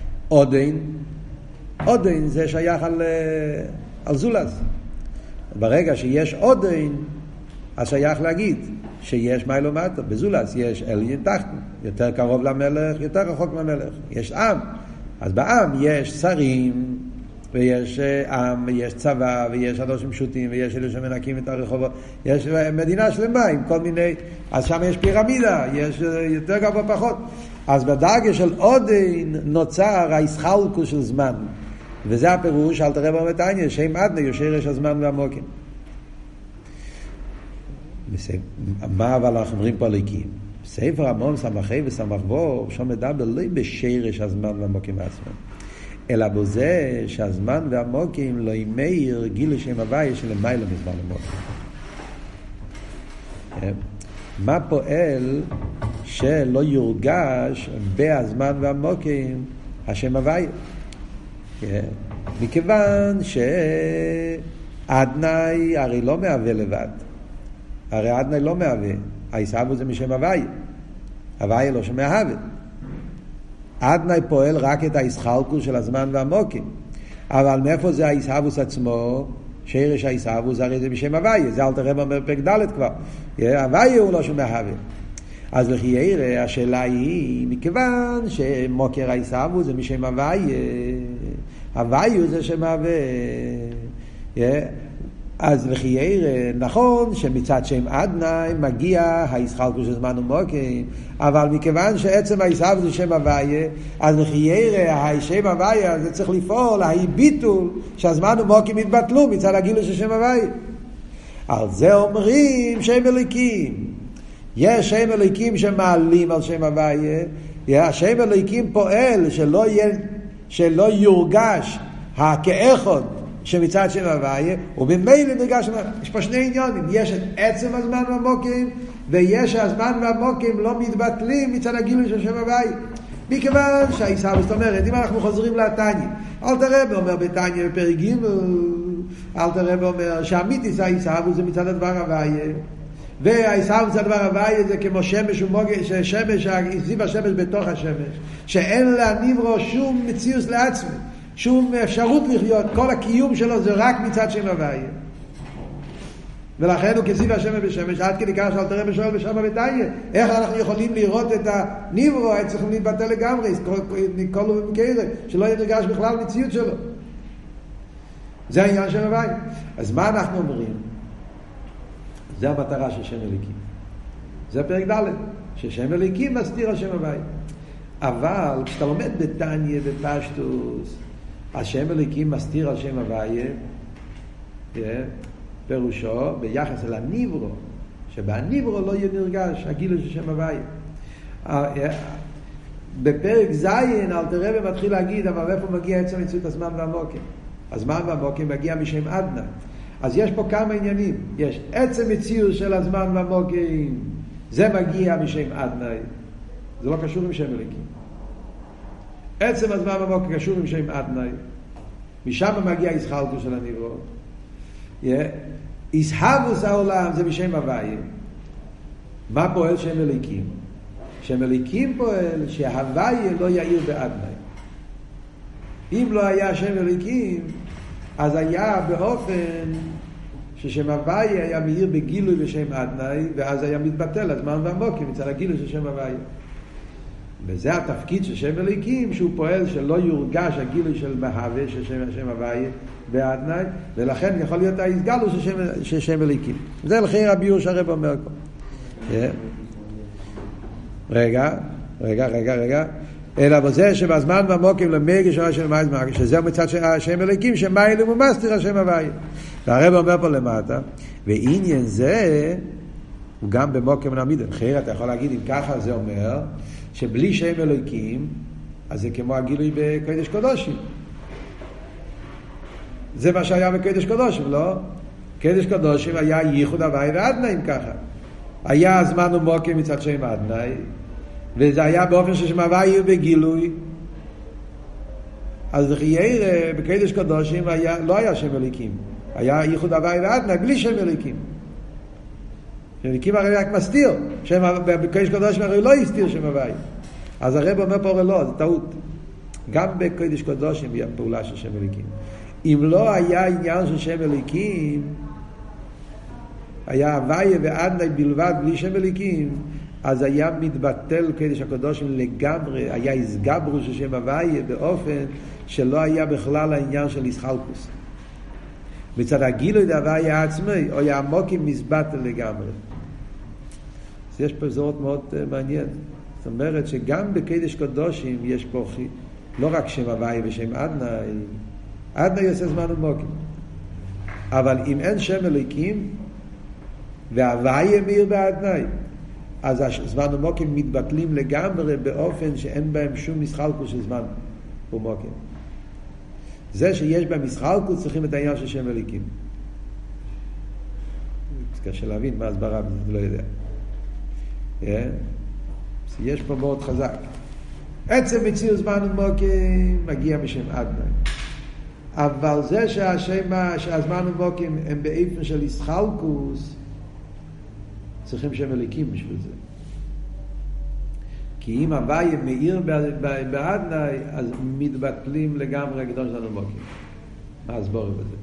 עודין זה שייך על זולז. ברגע שיש עודין, אז שייך להגיד שיש מיילו מטה. בזולז יש עליין תחתון, יותר קרוב למלך, יותר רחוק מהמלך. יש עם. אז בעם יש שרים, ויש עם, ויש צבא, ויש אנשים פשוטים, ויש אלה שמנקים את הרחובות. יש מדינה שלמה עם כל מיני, אז שם יש פירמידה, יש יותר גבוה פחות. אז בדרגה של עודין נוצר הישחלקוס של זמן. וזה הפירוש על תראה בו בתניא, שם אדני יושרש הזמן והמוקים. מה אבל אנחנו אומרים פה ליקים? ספר המון סמכי וסמך בו, שם מדבר לא בשרש הזמן והמוקים עצמם, אלא בזה שהזמן והמוקים לא ימאיר גילו שם הוויה של למעלה מזמן ומוקים. מה פועל שלא יורגש בהזמן והמוקים השם הוויה? מכיוון שעדני הרי לא מהווה לבד, הרי עדני לא מהווה, הישאבו זה משם הוויה, הוויה לא שמהווה. אדנאי פועל רק את הישחלקוס של הזמן והמוקים. אבל מאיפה זה הישהבוס עצמו? שרש הישהבוס הרי זה בשם הוויה. זה אל תראה בפרק ד' כבר. הוויה הוא לא שמהווה. אז לכי ירא, השאלה היא, מכיוון שמוקר הישהבוס זה משם הוויה, הוויה זה שמהווה. אז לכי ירא, נכון שמצד שם אדנאי מגיע הישחלקוס של זמן ומוקים, אבל מכיוון שעצם הישהבוס זה שם הוויה, אז לכי ירא, השם הוויה זה צריך לפעול, ביטול שהזמן ומוקים יתבטלו מצד הגילוי של שם הוויה. על זה אומרים שם אלוקים. יש שם אלוקים שמעלים על שם הוויה, השם אלוקים פועל שלא יורגש הכאחד שמצד שם הוויה, ובמילא נרגש, יש פה שני עניונים, יש את עצם הזמן והמוקים, ויש הזמן והמוקים לא מתבטלים מצד הגילוי של שם הוויה. מכיוון שהישהבוס, זאת אומרת, אם אנחנו חוזרים לתניא, אלתר רבי אומר בתניא בפרק ג', אלתר רבי אומר שהאמיתיס הישהבוס זה מצד הדבר הוויה, והישהבוס הדבר הוויה זה כמו שמש ומוגש, ששמש, זיו השמש בתוך השמש, שאין לה נברא שום מציאות לעצמי, שום אפשרות לחיות, כל הקיום שלו זה רק מצד שם הוויה. ולכן הוא כזיו השמש בשמש, עד כדי כך שאלתר רבי שואל בשם בתניא, איך אנחנו יכולים לראות את הנברא, צריכים להתבטל לגמרי, כל ומקרה, שלא ירגש בכלל מציאות שלו. זה העניין של הוויה. אז מה אנחנו אומרים? זה המטרה של שם אלוקים. זה פרק ד' ששם אלוקים מסתיר על שם הוויה. אבל כשאתה לומד בתניא בפשטוס, השם אלוקים מסתיר על שם הוויה, פירושו ביחס אל הנברא, שבנברא לא יהיה נרגש הגילוי של שם הוויה. בפרק ז' אלתר רבי מתחיל להגיד, אבל איפה מגיע עצם מציאות הזמן והמוקים? הזמן והמוקים מגיע משם אדנאי. אז יש פה כמה עניינים. יש עצם מציאות של הזמן והמוקים, זה מגיע משם אדנאי. זה לא קשור עם שם אלוקים. עצם הזמן והמוקים קשור עם שם אדנאי. משם מגיע הישחלקוס של הנברא. ישהבוס העולם זה משם הוויה. מה פועל שם אלוקים? שם אלוקים פועל שההוויה לא יאיר באדנאי. אם לא היה שם אלוקים, אז היה באופן ששם הוויה היה מאיר בגילוי בשם אדנאי, ואז היה מתבטל הזמן והמוקים מצד הגילוי של שם הוויה. וזה התפקיד של שם אלוקים, שהוא פועל שלא יורגש הגילוי של מהווה של שם הוויה באדנאי, ולכן יכול להיות ההסגלות של שם אלוקים. זה לכן רבי יהושע הרב אומר פה. רגע. אלא בזה שבזמן והמוקים למרגש של מייז מרגש, שזה מצד השם אלוקים שמיילים ומסתיר השם הוויה. והרב אומר פה למטה, ועניין זה הוא גם במוקים נעמיד. אחר אתה יכול להגיד, אם ככה זה אומר שבלי שם אלוקים, אז זה כמו הגילוי בקודש קודשים. זה מה שהיה בקודש קודשים, לא? קודש קודשים היה ייחוד הוויה ואדנאי, אם ככה. היה הזמן ומוקים מצד שם אדנאי, וזה היה באופן ששם הוויה בגילוי. אז ירא בקודש קודשים לא היה שם אלוקים, היה ייחוד הוויה ואדנאי בלי שם אלוקים. שם אלוקים הרי רק מסתיר, בקודש קודשים הרי לא הסתיר שם הוויה. אז הרב אומר פה הרי לא, זה טעות. גם בקודש קודשים היה פעולה של שם אלוקים. אם לא היה עניין של שם אלוקים, היה הוויה ואדנאי בלבד בלי שם אלוקים, אז היה מתבטל קודש הקודשים לגמרי, היה הסגברו של שם הוויה באופן שלא היה בכלל העניין של ישחלקוס. מצד הגילוי דהוויה עצמי, או היה עמוקים מסבטל לגמרי. אז יש פה זורת מאוד מעניין. זאת אומרת שגם בקודש קודשים יש פה לא רק שם הוויה ושם אדנאי, אדנאי יעשה זמן ומוקים. אבל אם אין שם אלוקים, וההוויה מאיר באדנאי, אז הזמן ומוקים מתבטלים לגמרי באופן שאין בהם שום משחלקוס של זמן ומוקים. זה שיש בהם משחלקוס צריכים את העניין של שם אלוקים. קשה להבין מה הסברה, אני לא יודע. יש פה מאוד חזק. עצם מציאות זמן ומוקים מגיע משם אדנאי. אבל זה שהזמן ומוקים הם באופן של ישחלקוס, צריכים שם אלוקים בשביל זה. כי אם הוויה מאיר בעדנאי, אז מתבטלים לגמרי הקדוש שלנו מוקים. מה הסבור בזה?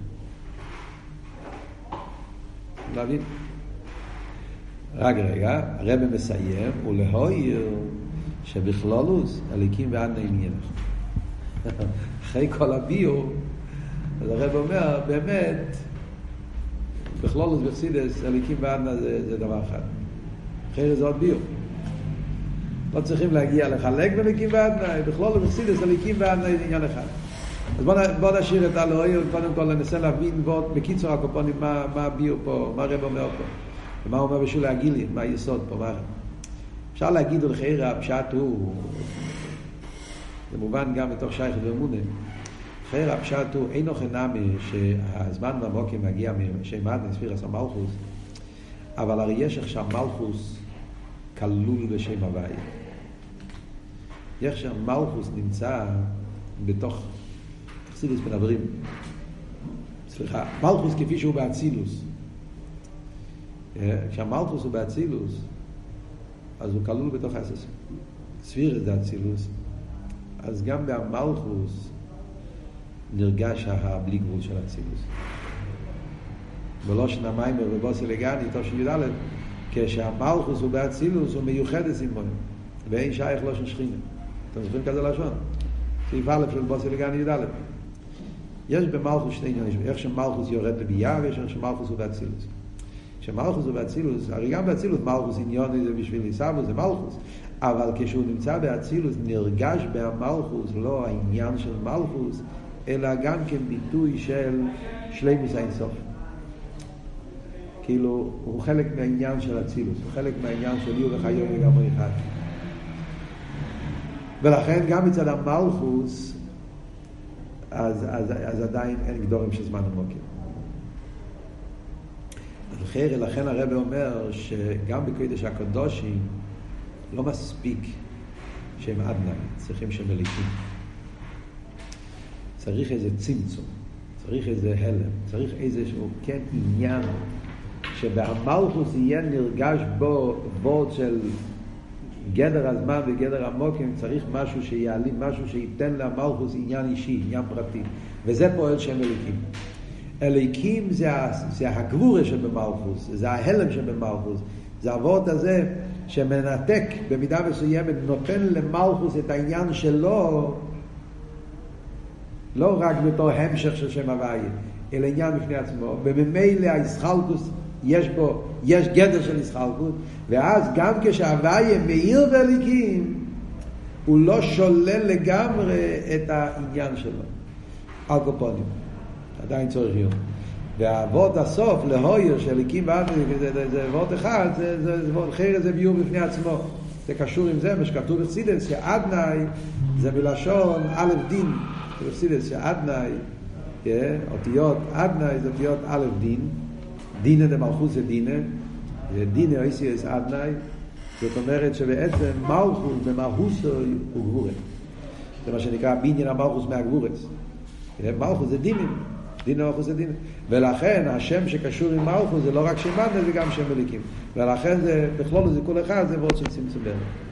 להבין? רק רגע, הרב מסיים, ולהויר שבכלולוס הליקים ועדנאי עניינך. אחרי כל הביור, אז הרב אומר, באמת, בכלולוס בחסידס, הליקים ועדנאי זה דבר אחד. אחרי זה עוד ביור. לא צריכים להגיע לחלק בליקים ועדנאי, בכלולוס בחסידס, הליקים ועדנאי זה עניין אחד. אז בוא נשאיר את הלהויר, קודם כל ננסה להבין בקיצור הקופונים, מה הביור פה, מה הרב אומר פה. ומה הוא אומר בשביל להגיד לי, מה היסוד פה, מה... אפשר להגיד ולחייר, הפשט הוא, זה מובן גם בתוך שייך ואמונה, חייר הפשט הוא, אין אוכל נמי שהזמן מהמוקים מגיע משם עדן, ספירס המלכוס, אבל הרי יש עכשיו מלכוס כלול בשם הוויה. יש שם מלכוס נמצא בתוך חסידות מדברים. סליחה, מלכוס כפי שהוא באצילוס. כשהמלכוס הוא באצילוס, אז הוא כלול בתוך ספירת האצילוס. אז גם במלכוס נרגש הבלי גבול של האצילוס. בלושן המיימר ובוסי לגני, תושן י"א, כשהמלכוס הוא באצילוס הוא מיוחד לסימון, ואין שייך לושן שכינה. אתם זוכרים כזה לשון? סעיף א' של בוסי לגני י"א. יש במלכוס שני עניינים, איך שמלכוס יורד לבייה ויש איך שמלכוס הוא באצילוס. כשמלכוס הוא באצילוס, הרי גם באצילוס מלכוס עניוני זה בשביל יסבו, זה מלכוס, אבל כשהוא נמצא באצילוס נרגש במלכוס לא העניין של מלכוס, אלא גם כן ביטוי של שלימוס האינסוף. כאילו הוא חלק מהעניין של אצילוס, הוא חלק מהעניין של יהיו וחיו לגמרי אחד. ולכן גם מצד המלכוס אז עדיין אין גדורים של זמן ומוקר. לכן הרב אומר שגם בקודש הקדושים לא מספיק שהם עדנאי, צריכים שהם מליקים. צריך איזה צמצום, צריך איזה הלם, צריך איזשהו כן עניין שבהמלכוס יהיה נרגש בו וורד של גדר הזמן וגדר המוקים, צריך משהו שיעלים, משהו שייתן למלכוס עניין אישי, עניין פרטי, וזה פועל שהם מליקים. אליקים זה הגבורה שבמלכוס, זה ההלם שבמלכוס, זה הוורד הזה שמנתק במידה מסוימת, נותן למלכוס את העניין שלו, לא רק בתור המשך של שם הוויה, אלא עניין בפני עצמו, ובמילא הישחלקוס יש גדר של ישחלקוס, ואז גם כשהוויה מאיר באליקים, הוא לא שולל לגמרי את העניין שלו. אלקופונים. עדיין צריך יום. והעבוד הסוף, להויר, שאליקים ועדנאי, זה עבוד אחד, זה עבוד אחר, זה ביור בפני עצמו. זה קשור עם זה, מה שכתוב בחסידות, שעדנאי זה מלשון א' דין. בחסידות שעדנאי, אותיות עדנאי זה אותיות א' דין, דינה דמלכות זה דינה, ודינה איסיוס עדנאי, זאת אומרת שבעצם מלכות במלכות הוא גבורת. זה מה שנקרא בניין המלכות מהגבורת. מלכות זה דינים. דין מלכות זה דין, ולכן השם שקשור עם מלכות זה לא רק שם עדנאי, זה גם שם מליקים, ולכן זה בכלול זה כל אחד זה מאוד של צמצום.